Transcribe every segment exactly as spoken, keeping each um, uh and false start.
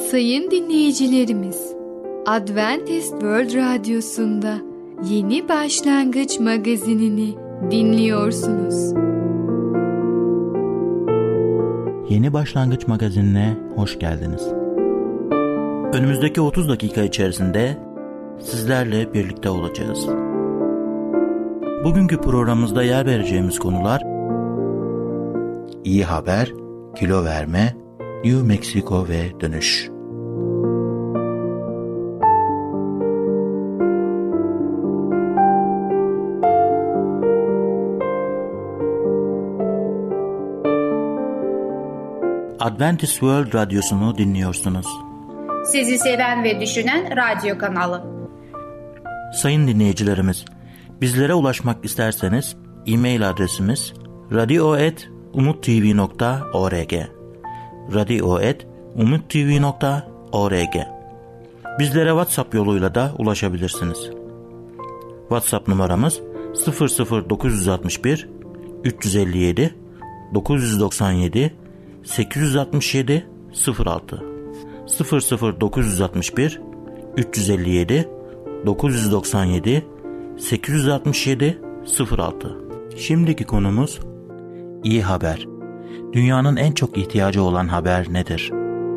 Sayın dinleyicilerimiz, Adventist World Radyosu'nda Yeni Başlangıç Magazinini dinliyorsunuz. Yeni Başlangıç Magazinine hoş geldiniz. Önümüzdeki otuz dakika içerisinde sizlerle birlikte olacağız. Bugünkü programımızda yer vereceğimiz konular: iyi haber, kilo verme, New Mexico ve dönüş. Adventist World Radyosu'nu dinliyorsunuz. Sizi seven ve düşünen radyo kanalı. Sayın dinleyicilerimiz, bizlere ulaşmak isterseniz e-mail adresimiz radio et umuttv nokta org radio et umuttv nokta org. Bizlere WhatsApp yoluyla da ulaşabilirsiniz. WhatsApp numaramız sıfır sıfır dokuz altı bir üç yüz elli yedi dokuz doksan yedi sekiz yüz altmış yedi sıfır altı sıfır sıfır dokuz altı bir üç yüz elli yedi dokuz doksan yedi sekiz yüz altmış yedi sıfır altı. Şimdiki konumuz iyi haber. Dünyanın en çok ihtiyacı olan haber nedir?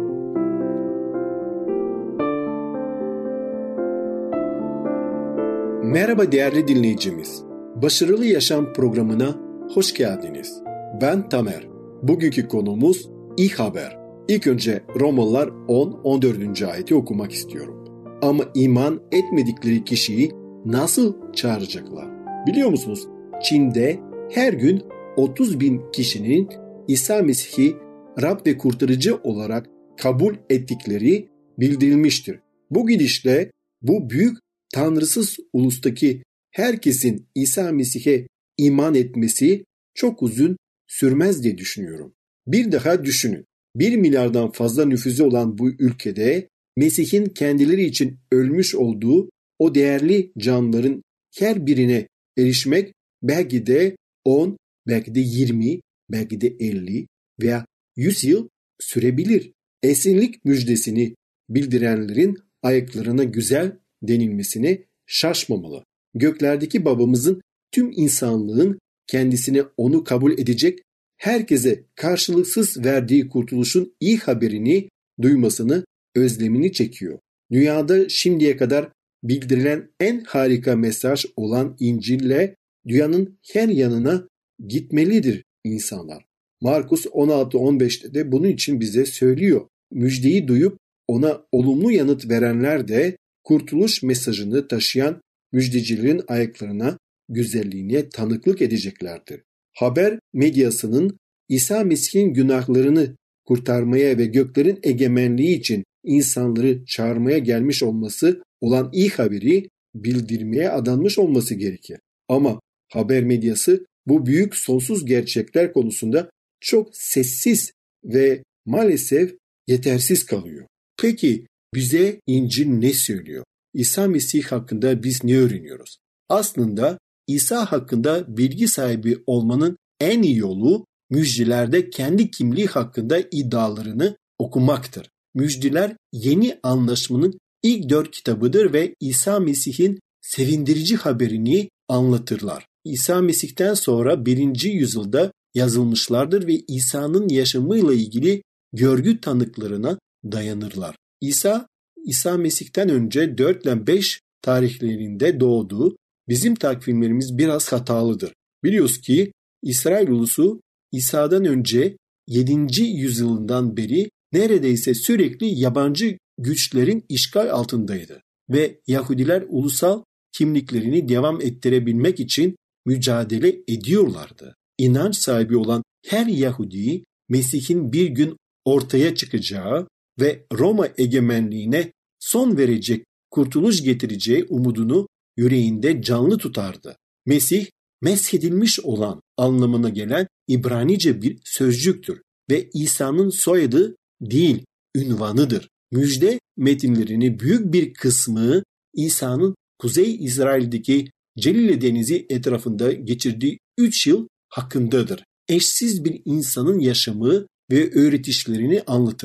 Merhaba değerli dinleyicimiz. Başarılı Yaşam programına hoş geldiniz. Ben Tamer. Bugünkü konumuz iyi haber. İlk önce Romalılar on on dördüncü ayeti okumak istiyorum. Ama iman etmedikleri kişiyi nasıl çağıracaklar? Biliyor musunuz? Çin'de her gün otuz bin kişinin İsa Mesih'i Rab ve kurtarıcı olarak kabul ettikleri bildirilmiştir. Bu gidişle bu büyük tanrısız ulustaki herkesin İsa Mesih'e iman etmesi çok uzun sürmez diye düşünüyorum. Bir daha düşünün. Bir milyardan fazla nüfusu olan bu ülkede Mesih'in kendileri için ölmüş olduğu o değerli canlıların her birine erişmek belki de on, belki de yirmi, belki de elli veya yüz yıl sürebilir. Esenlik müjdesini bildirenlerin ayaklarına güzel denilmesine şaşmamalı. Göklerdeki babamızın tüm insanlığın kendisine onu kabul edecek, herkese karşılıksız verdiği kurtuluşun iyi haberini duymasını, özlemini çekiyor. Dünyada şimdiye kadar bildirilen en harika mesaj olan İncil'le dünyanın her yanına gitmelidir insanlar. Markus on altı on beşte de bunun için bize söylüyor. Müjdeyi duyup ona olumlu yanıt verenler de kurtuluş mesajını taşıyan müjdecilerin ayaklarına, güzelliğine tanıklık edeceklerdir. Haber medyasının İsa Mesih'in günahlarını kurtarmaya ve göklerin egemenliği için insanları çağırmaya gelmiş olması olan iyi haberi bildirmeye adanmış olması gerekir. Ama haber medyası bu büyük sonsuz gerçekler konusunda çok sessiz ve maalesef yetersiz kalıyor. Peki bize İncil ne söylüyor? İsa Mesih hakkında biz ne öğreniyoruz? Aslında İsa hakkında bilgi sahibi olmanın en iyi yolu müjdelerde kendi kimliği hakkında iddialarını okumaktır. Müjdeler Yeni Anlaşmanın ilk dört kitabıdır ve İsa Mesih'in sevindirici haberini anlatırlar. İsa Mesih'ten sonra birinci yüzyılda yazılmışlardır ve İsa'nın yaşamıyla ilgili görgü tanıklarına dayanırlar. İsa, İsa Mesih'ten önce dört ile beş tarihlerinde doğduğu, bizim takvimlerimiz biraz hatalıdır. Biliyoruz ki İsrail ulusu İsa'dan önce yedinci yüzyılından beri neredeyse sürekli yabancı güçlerin işgal altındaydı ve Yahudiler ulusal kimliklerini devam ettirebilmek için mücadele ediyorlardı. İnanç sahibi olan her Yahudi Mesih'in bir gün ortaya çıkacağı ve Roma egemenliğine son verecek, kurtuluş getireceği umudunu yüreğinde canlı tutardı. Mesih, meshedilmiş olan anlamına gelen İbranice bir sözcüktür ve İsa'nın soyadı değil, ünvanıdır. Müjde metinlerini büyük bir kısmı İsa'nın Kuzey İsrail'deki Celile Denizi etrafında geçirdiği üç yıl hakkındadır. Eşsiz bir insanın yaşamı ve öğretişlerini anlatırlar.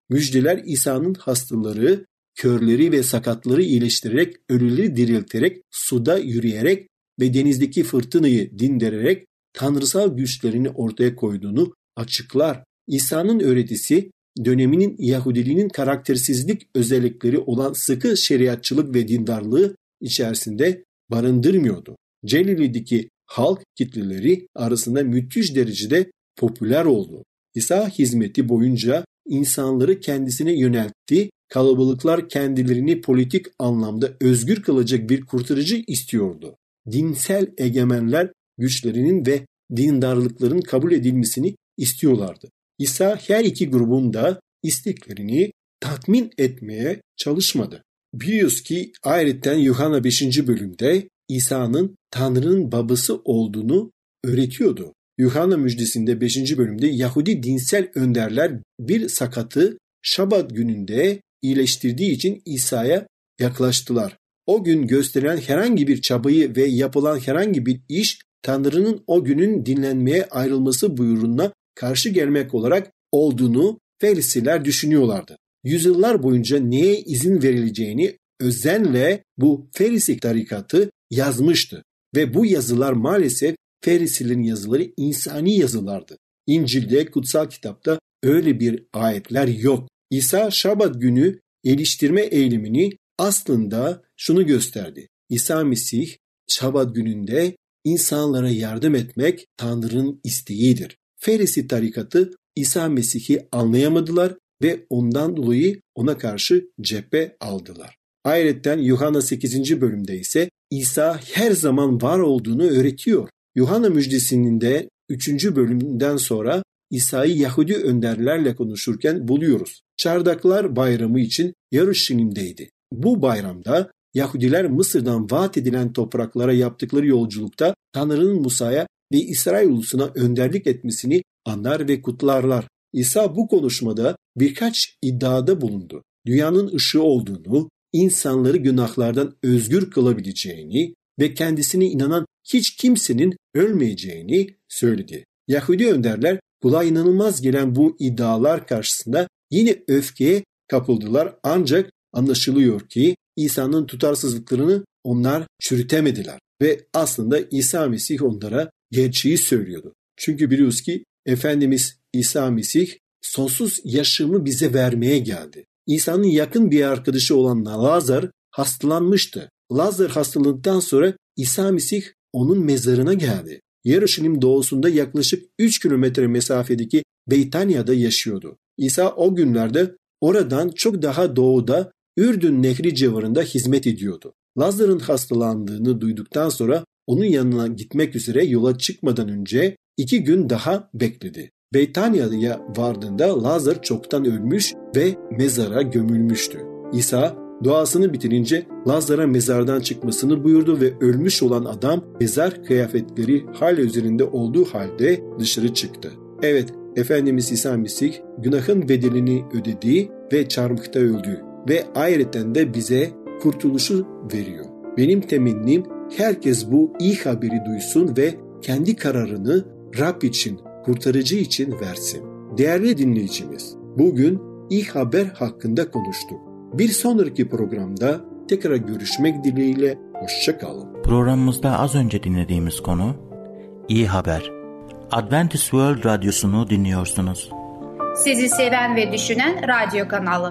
Müjdeler İsa'nın hastaları, körleri ve sakatları iyileştirerek, ölüleri dirilterek, suda yürüyerek ve denizdeki fırtınayı dindirerek tanrısal güçlerini ortaya koyduğunu açıklar. İsa'nın öğretisi döneminin Yahudiliğinin karaktersizlik özellikleri olan sıkı şeriatçılık ve dindarlığı içerisinde barındırmıyordu. Celili'deki halk kitleleri arasında müthiş derecede popüler oldu. İsa hizmeti boyunca insanları kendisine yöneltti. Kalabalıklar kendilerini politik anlamda özgür kılacak bir kurtarıcı istiyordu. Dinsel egemenler güçlerinin ve dindarlıkların kabul edilmesini istiyorlardı. İsa her iki grubun da isteklerini tatmin etmeye çalışmadı. Biliyoruz ki ayrıca Yuhanna beşinci bölümde İsa'nın Tanrı'nın babası olduğunu öğretiyordu. Yuhanna müjdesinde beşinci bölümde Yahudi dinsel önderler bir sakatı Şabat gününde iyileştirdiği için İsa'ya yaklaştılar. O gün gösterilen herhangi bir çabayı ve yapılan herhangi bir iş Tanrı'nın o günün dinlenmeye ayrılması buyruğuna karşı gelmek olarak olduğunu Ferisiler düşünüyorlardı. Yüzyıllar boyunca neye izin verileceğini özenle bu Ferisi tarikatı yazmıştı ve bu yazılar maalesef Ferisilerin yazıları insani yazılardı. İncil'de, kutsal kitapta öyle bir ayetler yok. İsa Şabat günü geliştirme eylemini aslında şunu gösterdi. İsa Mesih Şabat gününde insanlara yardım etmek Tanrı'nın isteğidir. Ferisi tarikatı İsa Mesih'i anlayamadılar ve ondan dolayı ona karşı cephe aldılar. Ayrıca Yuhanna sekizinci bölümde ise İsa her zaman var olduğunu öğretiyor. Yuhanna müjdesinin de üçüncü bölümünden sonra İsa'yı Yahudi önderlerle konuşurken buluyoruz. Çardaklar bayramı için Yarışilim'deydi. Bu bayramda Yahudiler Mısır'dan vaat edilen topraklara yaptıkları yolculukta Tanrı'nın Musa'ya ve İsrail ulusuna önderlik etmesini anlar ve kutlarlar. İsa bu konuşmada birkaç iddiada bulundu. Dünyanın ışığı olduğunu, insanları günahlardan özgür kılabileceğini ve kendisine inanan hiç kimsenin ölmeyeceğini söyledi. Yahudi önderler kulağa inanılmaz gelen bu iddialar karşısında yine öfkeye kapıldılar, ancak anlaşılıyor ki İsa'nın tutarsızlıklarını onlar çürütemediler ve aslında İsa Mesih onlara gerçeği söylüyordu. Çünkü biliyoruz ki Efendimiz İsa Mesih sonsuz yaşamı bize vermeye geldi. İsa'nın yakın bir arkadaşı olan Lazar hastalanmıştı. Lazar hastalandıktan sonra İsa Mesih onun mezarına geldi. Yarışilim doğusunda yaklaşık üç kilometre mesafedeki Beytanya'da yaşıyordu. İsa o günlerde oradan çok daha doğuda Ürdün Nehri civarında hizmet ediyordu. Lazar'ın hastalandığını duyduktan sonra onun yanına gitmek üzere yola çıkmadan önce iki gün daha bekledi. Beytanya'ya vardığında Lazar çoktan ölmüş ve mezara gömülmüştü. İsa duasını bitirince Lazar'a mezardan çıkmasını buyurdu ve ölmüş olan adam mezar kıyafetleri hala üzerinde olduğu halde dışarı çıktı. Evet, Efendimiz İsa Mesih günahın bedelini ödedi ve çarmıhta öldü ve ayrıca de bize kurtuluşu veriyor. Benim temennim herkes bu iyi haberi duysun ve kendi kararını Rab için, kurtarıcı için versin. Değerli dinleyicimiz, bugün iyi haber hakkında konuştuk. Bir sonraki programda tekrar görüşmek dileğiyle, hoşça kalın. Programımızda az önce dinlediğimiz konu İyi Haber. Adventist World Radyosu'nu dinliyorsunuz. Sizi seven ve düşünen radyo kanalı.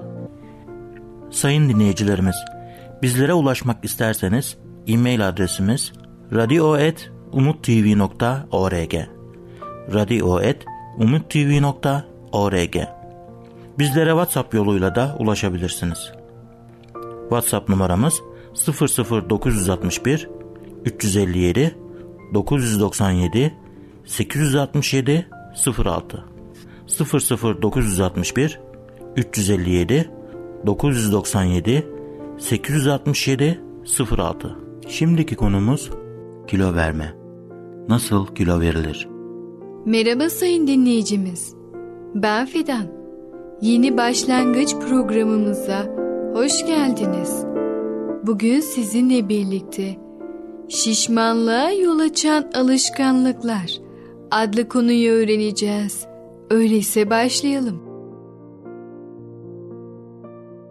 Sayın dinleyicilerimiz, bizlere ulaşmak isterseniz e-mail adresimiz radio at umuttv nokta org radio at umuttv nokta org. Bizlere WhatsApp yoluyla da ulaşabilirsiniz. WhatsApp numaramız sıfır sıfır dokuz altı bir üç elli yedi dokuz doksan yedi sekiz altı yedi sıfır altı sıfır sıfır dokuz altı bir üç elli yedi dokuz doksan yedi sekiz altı yedi sıfır altı. Şimdiki konumuz kilo verme. Nasıl kilo verilir? Merhaba sayın dinleyicimiz. Ben Fidan. Yeni başlangıç programımıza hoş geldiniz. Bugün sizinle birlikte şişmanlığa yol açan alışkanlıklar adlı konuyu öğreneceğiz. Öyleyse başlayalım.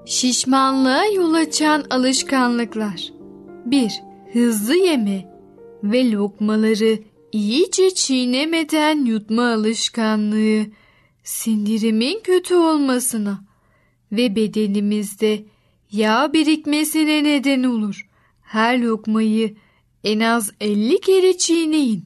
Şişmanlığa yol açan alışkanlıklar. bir. Hızlı yeme ve lokmaları iyice çiğnemeden yutma alışkanlığı, sindirimin kötü olmasına ve bedenimizde yağ birikmesine neden olur. Her lokmayı en az elli kere çiğneyin.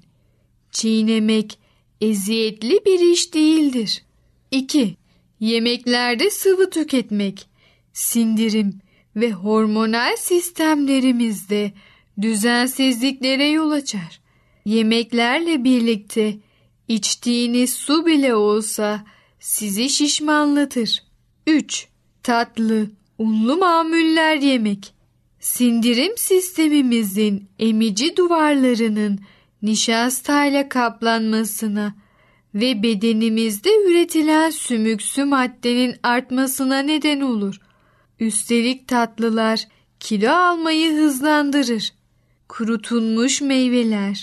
Çiğnemek eziyetli bir iş değildir. iki. Yemeklerde sıvı tüketmek, sindirim ve hormonal sistemlerimizde düzensizliklere yol açar. Yemeklerle birlikte içtiğiniz su bile olsa sizi şişmanlatır. üç. Tatlı, unlu mamuller yemek. Sindirim sistemimizin emici duvarlarının nişastayla kaplanmasına ve bedenimizde üretilen sümüksü maddenin artmasına neden olur. Üstelik tatlılar kilo almayı hızlandırır. Kurutulmuş meyveler,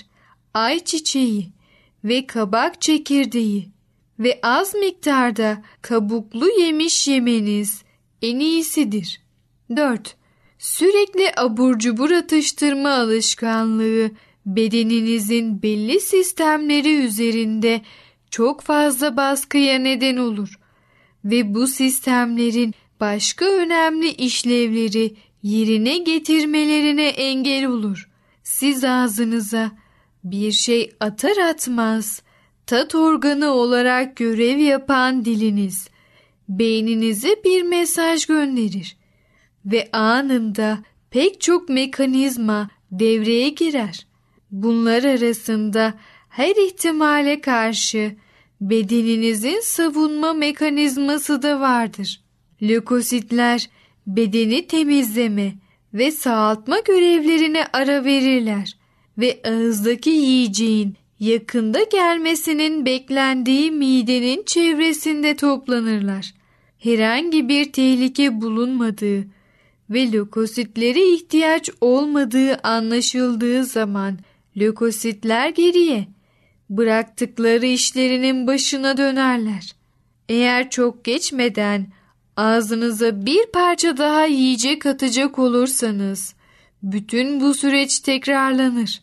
ayçiçeği ve kabak çekirdeği ve az miktarda kabuklu yemiş yemeniz en iyisidir. dört. Sürekli abur cubur atıştırma alışkanlığı bedeninizin belli sistemleri üzerinde çok fazla baskıya neden olur ve bu sistemlerin başka önemli işlevleri yerine getirmelerine engel olur. Siz ağzınıza bir şey atar atmaz, tat organı olarak görev yapan diliniz, beyninize bir mesaj gönderir ve anında pek çok mekanizma devreye girer. Bunlar arasında her ihtimale karşı bedeninizin savunma mekanizması da vardır. Lökositler bedeni temizleme ve sağaltma görevlerine ara verirler ve ağızdaki yiyeceğin yakında gelmesinin beklendiği midenin çevresinde toplanırlar. Herhangi bir tehlike bulunmadığı ve lökositlere ihtiyaç olmadığı anlaşıldığı zaman lökositler geriye, bıraktıkları işlerinin başına dönerler. Eğer çok geçmeden ağzınıza bir parça daha yiyecek atacak olursanız, bütün bu süreç tekrarlanır.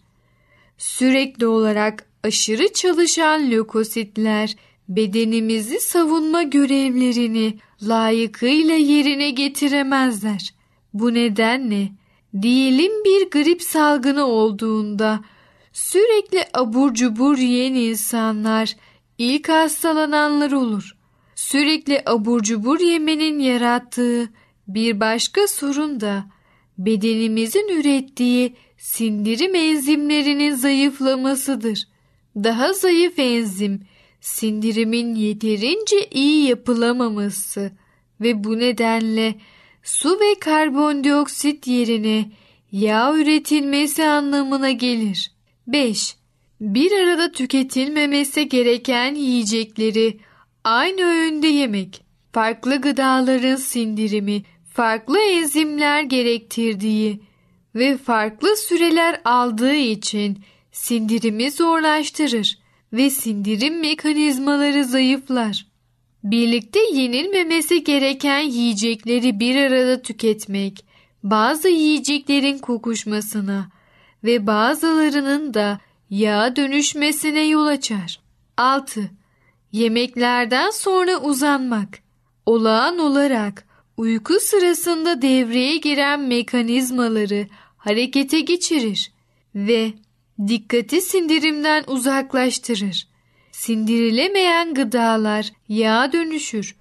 Sürekli olarak aşırı çalışan lökositler, bedenimizi savunma görevlerini layıkıyla yerine getiremezler. Bu nedenle diyelim bir grip salgını olduğunda sürekli abur cubur yiyen insanlar ilk hastalananlar olur. Sürekli abur cubur yemenin yarattığı bir başka sorun da bedenimizin ürettiği sindirim enzimlerinin zayıflamasıdır. Daha zayıf enzim, sindirimin yeterince iyi yapılamaması ve bu nedenle su ve karbondioksit yerine yağ üretilmesi anlamına gelir. beş. Bir arada tüketilmemesi gereken yiyecekleri aynı öğünde yemek. Farklı gıdaların sindirimi, farklı enzimler gerektirdiği ve farklı süreler aldığı için sindirimi zorlaştırır ve sindirim mekanizmaları zayıflar. Birlikte yenilmemesi gereken yiyecekleri bir arada tüketmek, bazı yiyeceklerin kokuşmasına ve bazılarının da yağa dönüşmesine yol açar. altı. Yemeklerden sonra uzanmak, olağan olarak uyku sırasında devreye giren mekanizmaları harekete geçirir ve dikkati sindirimden uzaklaştırır. Sindirilemeyen gıdalar yağa dönüşür.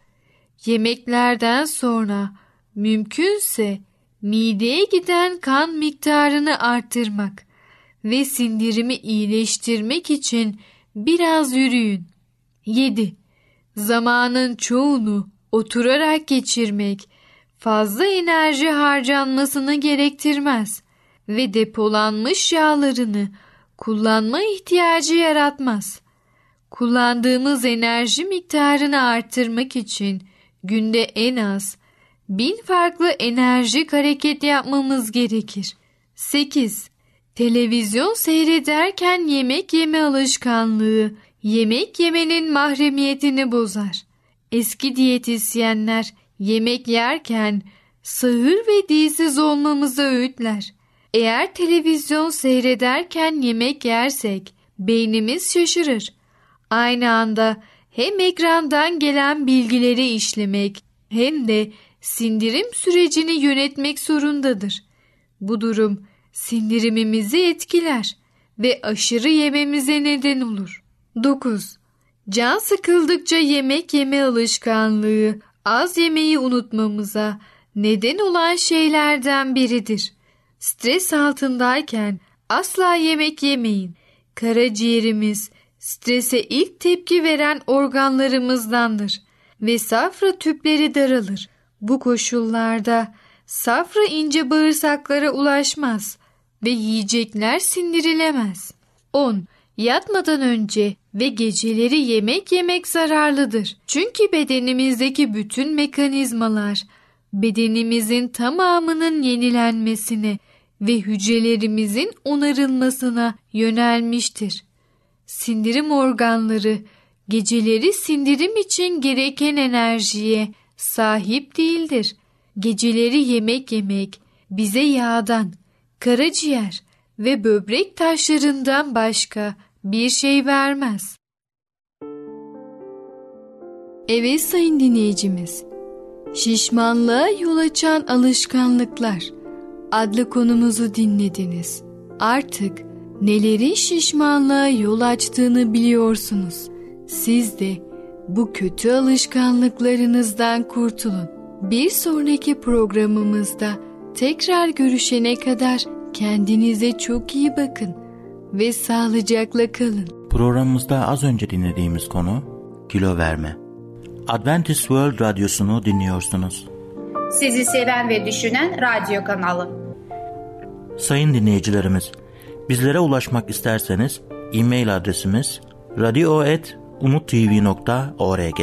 Yemeklerden sonra mümkünse mideye giden kan miktarını arttırmak ve sindirimi iyileştirmek için biraz yürüyün. yedi. Zamanın çoğunu oturarak geçirmek fazla enerji harcanmasını gerektirmez ve depolanmış yağlarını kullanma ihtiyacı yaratmaz. Kullandığımız enerji miktarını arttırmak için günde en az bin farklı enerjik hareket yapmamız gerekir. sekiz. Televizyon seyrederken yemek yeme alışkanlığı yemek yemenin mahremiyetini bozar. Eski diyetisyenler yemek yerken sağır ve dilsiz olmamızı öğütler. Eğer televizyon seyrederken yemek yersek beynimiz şaşırır. Aynı anda hem ekrandan gelen bilgileri işlemek hem de sindirim sürecini yönetmek zorundadır. Bu durum sindirimimizi etkiler ve aşırı yememize neden olur. dokuz. Can sıkıldıkça yemek yeme alışkanlığı az yemeği unutmamıza neden olan şeylerden biridir. Stres altındayken asla yemek yemeyin. Karaciğerimiz strese ilk tepki veren organlarımızdandır ve safra tüpleri daralır. Bu koşullarda safra ince bağırsaklara ulaşmaz ve yiyecekler sindirilemez. on. Yatmadan önce ve geceleri yemek yemek zararlıdır. Çünkü bedenimizdeki bütün mekanizmalar bedenimizin tamamının yenilenmesine ve hücrelerimizin onarılmasına yönelmiştir. Sindirim organları geceleri sindirim için gereken enerjiye sahip değildir. Geceleri yemek yemek bize yağdan, karaciğer ve böbrek taşlarından başka bir şey vermez. Evet sayın dinleyicimiz, şişmanlığa yol açan alışkanlıklar adlı konumuzu dinlediniz. Artık nelerin şişmanlığa yol açtığını biliyorsunuz. Siz de bu kötü alışkanlıklarınızdan kurtulun. Bir sonraki programımızda tekrar görüşene kadar kendinize çok iyi bakın ve sağlıcakla kalın. Programımızda az önce dinlediğimiz konu kilo verme. Adventist World Radyosu'nu dinliyorsunuz. Sizi seven ve düşünen radyo kanalı. Sayın dinleyicilerimiz, bizlere ulaşmak isterseniz e-mail adresimiz radio et umuttv nokta org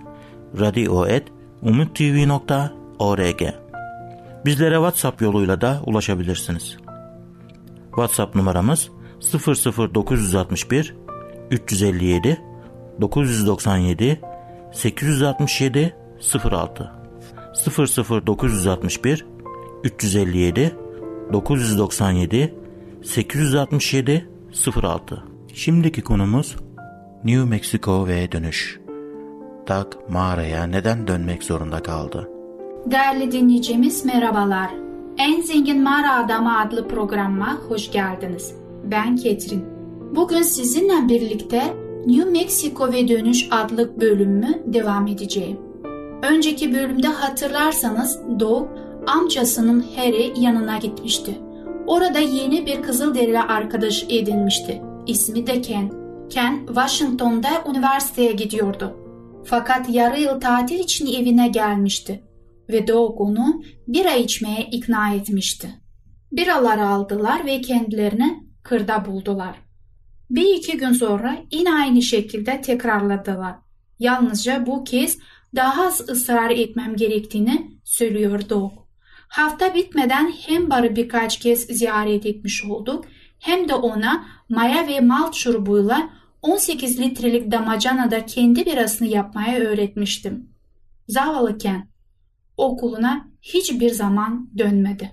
radio et umuttv nokta org. Bizlere WhatsApp yoluyla da ulaşabilirsiniz. WhatsApp numaramız sıfır sıfır dokuz altı bir üç yüz elli yedi dokuz yüz doksan yedi sekiz yüz altmış yedi sıfır altı sıfır sıfır dokuz altı bir üç yüz elli yedi dokuz yüz doksan yedi sekiz yüz altmış yedi sıfır altı. Şimdiki konumuz New Mexico ve dönüş. Doug mağaraya neden dönmek zorunda kaldı? Değerli dinleyicimiz merhabalar. En Zengin Mağara Adamı adlı programıma hoş geldiniz. Ben Ketrin. Bugün sizinle birlikte New Mexico ve Dönüş adlı bölümü devam edeceğim. Önceki bölümde hatırlarsanız Doug amcasının Harry yanına gitmişti. Orada yeni bir Kızılderili arkadaş edinmişti. İsmi de Ken. Ken, Washington'da üniversiteye gidiyordu. Fakat yarı yıl tatil için evine gelmişti ve Doug onu bira içmeye ikna etmişti. Biralar aldılar ve kendilerini kırda buldular. Bir iki gün sonra yine aynı şekilde tekrarladılar. Yalnızca bu kez daha az ısrar etmem gerektiğini söylüyor Doug. Hafta bitmeden hem barı birkaç kez ziyaret etmiş olduk hem de ona maya ve malt şurubuyla on sekiz litrelik damacanada kendi birasını yapmaya öğretmiştim. Zavallı Ken okuluna hiçbir zaman dönmedi.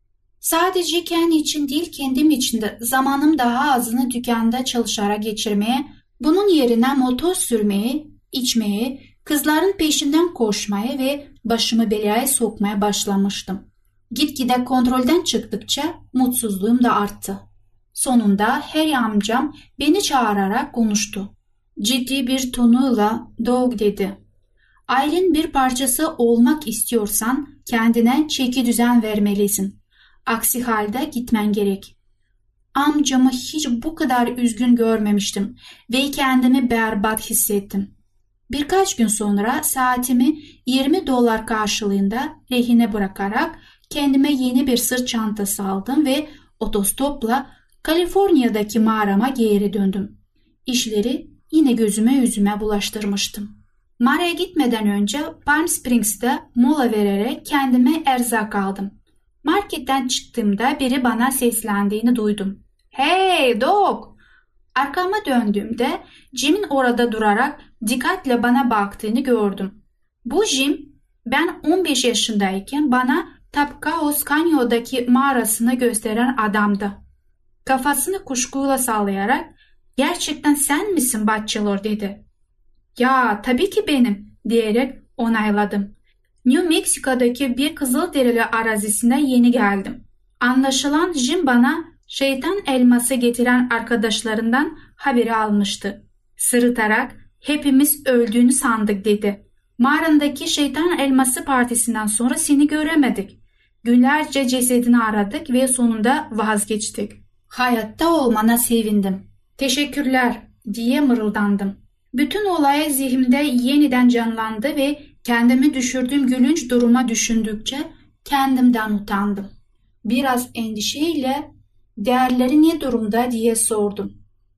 Sadece Ken için değil kendim için de zamanım daha azını dükkanda çalışarak geçirmeye, bunun yerine motor sürmeye, içmeye, kızların peşinden koşmaya ve başımı belaya sokmaya başlamıştım. Gitgide kontrolden çıktıkça mutsuzluğum da arttı. Sonunda Harry amcam beni çağırarak konuştu. Ciddi bir tonuyla Doug dedi. Ailenin bir parçası olmak istiyorsan kendine çeki düzen vermelisin. Aksi halde gitmen gerek. Amcamı hiç bu kadar üzgün görmemiştim ve kendimi berbat hissettim. Birkaç gün sonra saatimi yirmi dolar karşılığında rehine bırakarak kendime yeni bir sırt çantası aldım ve otostopla Kaliforniya'daki mağarama geri döndüm. İşleri yine gözüme yüzüme bulaştırmıştım. Mağaraya gitmeden önce Palm Springs'te mola vererek kendime erzak aldım. Marketten çıktığımda biri bana seslendiğini duydum. "Hey Doug!" Arkama döndüğümde Jim'in orada durarak dikkatle bana baktığını gördüm. Bu Jim, ben on beş yaşındayken bana Tapcaos Canyon'daki mağarasını gösteren adamdı. Kafasını kuşkuyla sallayarak "Gerçekten sen misin Bachelor?" dedi. "Ya tabii ki benim," diyerek onayladım. New Mexico'daki bir Kızılderili arazisine yeni geldim. Anlaşılan Jim bana şeytan elması getiren arkadaşlarından haberi almıştı. Sırıtarak "Hepimiz öldüğünü sandık," dedi. "Mağarandaki şeytan elması partisinden sonra seni göremedik. Günlerce cesedini aradık ve sonunda vazgeçtik. Hayatta olmana sevindim." "Teşekkürler," diye mırıldandım. Bütün olay zihnimde yeniden canlandı ve kendimi düşürdüğüm gülünç duruma düşündükçe kendimden utandım. Biraz endişeyle "Değerleri ne durumda?" diye sordum.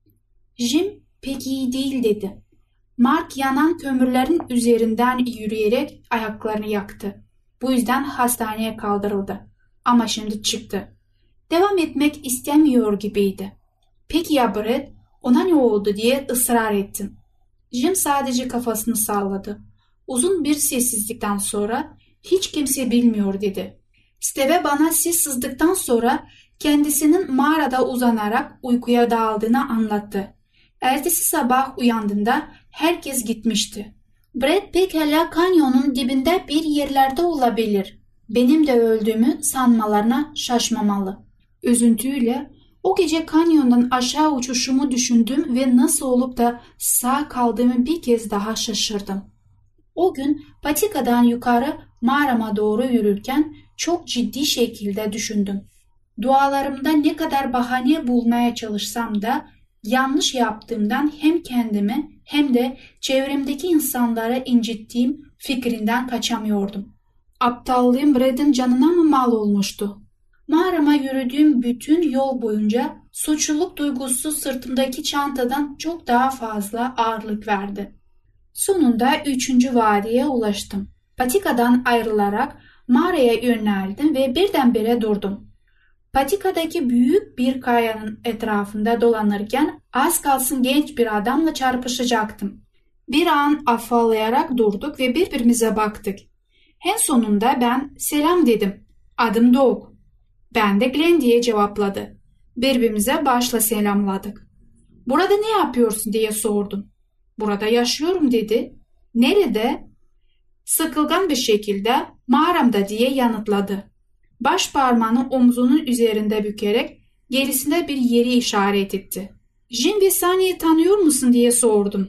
"Jim pek iyi değil," dedi. Mark yanan kömürlerin üzerinden yürüyerek ayaklarını yaktı. Bu yüzden hastaneye kaldırıldı. Ama şimdi çıktı. Devam etmek istemiyor gibiydi. "Peki ya Brett? Ona ne oldu?" diye ısrar ettim. Jim sadece kafasını salladı. Uzun bir sessizlikten sonra "Hiç kimse bilmiyor," dedi. Steve bana sis sızdıktan sonra kendisinin mağarada uzanarak uykuya daldığını anlattı. Ertesi sabah uyandığında herkes gitmişti. "Brett pekala kanyonun dibinde bir yerlerde olabilir. Benim de öldüğümü sanmalarına şaşmamalı." Üzüntüyle o gece kanyondan aşağı uçuşumu düşündüm ve nasıl olup da sağ kaldığımı bir kez daha şaşırdım. O gün patikadan yukarı mağarama doğru yürürken çok ciddi şekilde düşündüm. Dualarımda ne kadar bahane bulmaya çalışsam da yanlış yaptığımdan hem kendimi hem de çevremdeki insanlara incittiğim fikrinden kaçamıyordum. Aptallığım Brett'in canına mı mal olmuştu? Mağarama yürüdüğüm bütün yol boyunca suçluluk duygusu sırtımdaki çantadan çok daha fazla ağırlık verdi. Sonunda üçüncü vadiye ulaştım. Patikadan ayrılarak mağaraya yöneldim ve birdenbire durdum. Patikadaki büyük bir kayanın etrafında dolanırken az kalsın genç bir adamla çarpışacaktım. Bir an afallayarak durduk ve birbirimize baktık. En sonunda ben "Selam," dedim. "Adım Doug." Ben de "Glenn," diye cevapladı. Birbirimize başla selamladık. "Burada ne yapıyorsun?" diye sordum. "Burada yaşıyorum," dedi. "Nerede?" Sıkılgan bir şekilde "Mağaramda," diye yanıtladı. Baş parmağını omzunun üzerinde bükerek gerisinde bir yeri işaret etti. "Jim ve Sunny'yi tanıyor musun?" diye sordum.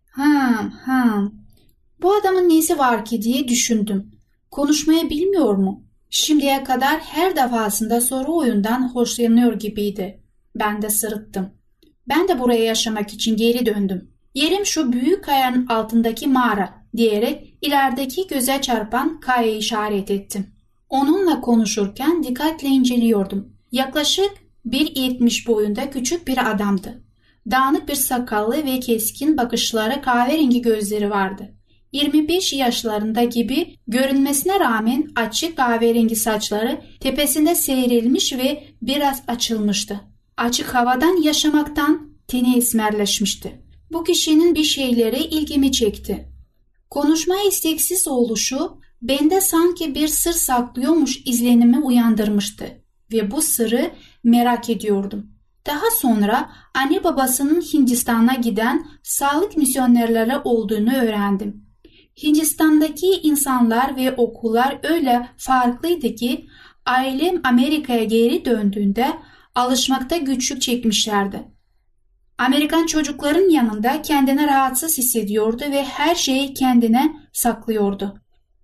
Ha, ha. Bu adamın nesi var ki diye düşündüm. Konuşmayı bilmiyor mu? Şimdiye kadar her defasında soru oyundan hoşlanıyor gibiydi. Ben de sırıttım. "Ben de buraya yaşamak için geri döndüm. Yerim şu büyük kayanın altındaki mağara," diyerek ilerideki göze çarpan kayayı işaret ettim. Onunla konuşurken dikkatle inceliyordum. Yaklaşık bir yetmiş boyunda küçük bir adamdı. Dağınık bir sakalı ve keskin bakışları, kahverengi gözleri vardı. yirmi beş yaşlarında gibi görünmesine rağmen açık kahverengi saçları tepesinde seyrilmiş ve biraz açılmıştı. Açık havadan yaşamaktan teni esmerleşmişti. Bu kişinin bir şeyleri ilgimi çekti. Konuşma isteksiz oluşu bende sanki bir sır saklıyormuş izlenimi uyandırmıştı ve bu sırrı merak ediyordum. Daha sonra anne babasının Hindistan'a giden sağlık misyonerleri olduğunu öğrendim. Hindistan'daki insanlar ve okullar öyle farklıydı ki ailem Amerika'ya geri döndüğünde alışmakta güçlük çekmişlerdi. Amerikan çocukların yanında kendini rahatsız hissediyordu ve her şeyi kendine saklıyordu.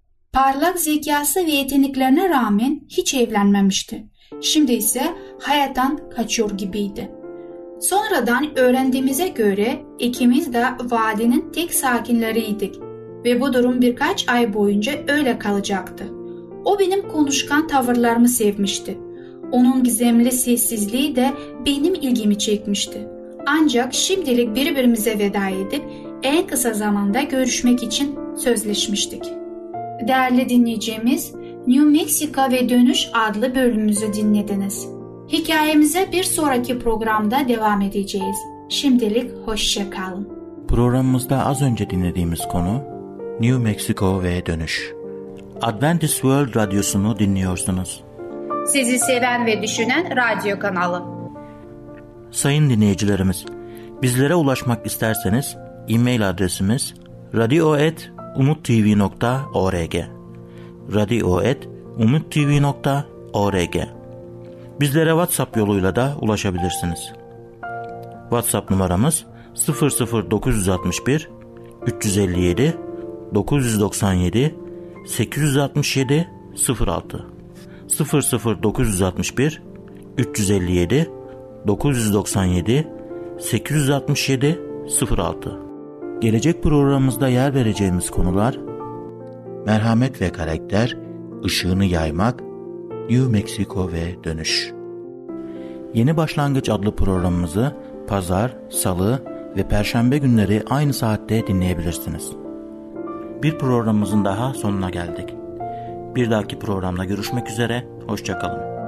Parlak zekası ve yeteneklerine rağmen hiç evlenmemişti. Şimdi ise hayattan kaçıyor gibiydi. Sonradan öğrendiğimize göre ikimiz de vadinin tek sakinleriydik ve bu durum birkaç ay boyunca öyle kalacaktı. O benim konuşkan tavırlarımı sevmişti. Onun gizemli sessizliği de benim ilgimi çekmişti. Ancak şimdilik birbirimize veda edip en kısa zamanda görüşmek için sözleşmiştik. Değerli dinleyicimiz, New Mexico ve Dönüş adlı bölümümüzü dinlediniz. Hikayemize bir sonraki programda devam edeceğiz. Şimdilik hoşça kalın. Programımızda az önce dinlediğimiz konu New Mexico ve Dönüş. Adventist World Radyosu'nu dinliyorsunuz. Sizi seven ve düşünen radyo kanalı. Sayın dinleyicilerimiz, bizlere ulaşmak isterseniz e-mail adresimiz radio et umuttv nokta org radio et umuttv nokta org. Bizlere WhatsApp yoluyla da ulaşabilirsiniz. WhatsApp numaramız sıfır sıfır dokuz altı bir üç yüz elli yedi dokuz yüz doksan yedi sekiz yüz altmış yedi sıfır altı sıfır sıfır dokuz altı bir üç yüz elli yedi dokuz yüz doksan yedi sekiz yüz altmış yedi sıfır altı. Gelecek programımızda yer vereceğimiz konular: merhamet ve karakter, ışığını yaymak, New Mexico ve dönüş. Yeni Başlangıç adlı programımızı Pazar, Salı ve Perşembe günleri aynı saatte dinleyebilirsiniz. Bir programımızın daha sonuna geldik. Bir dahaki programda görüşmek üzere, hoşça kalın.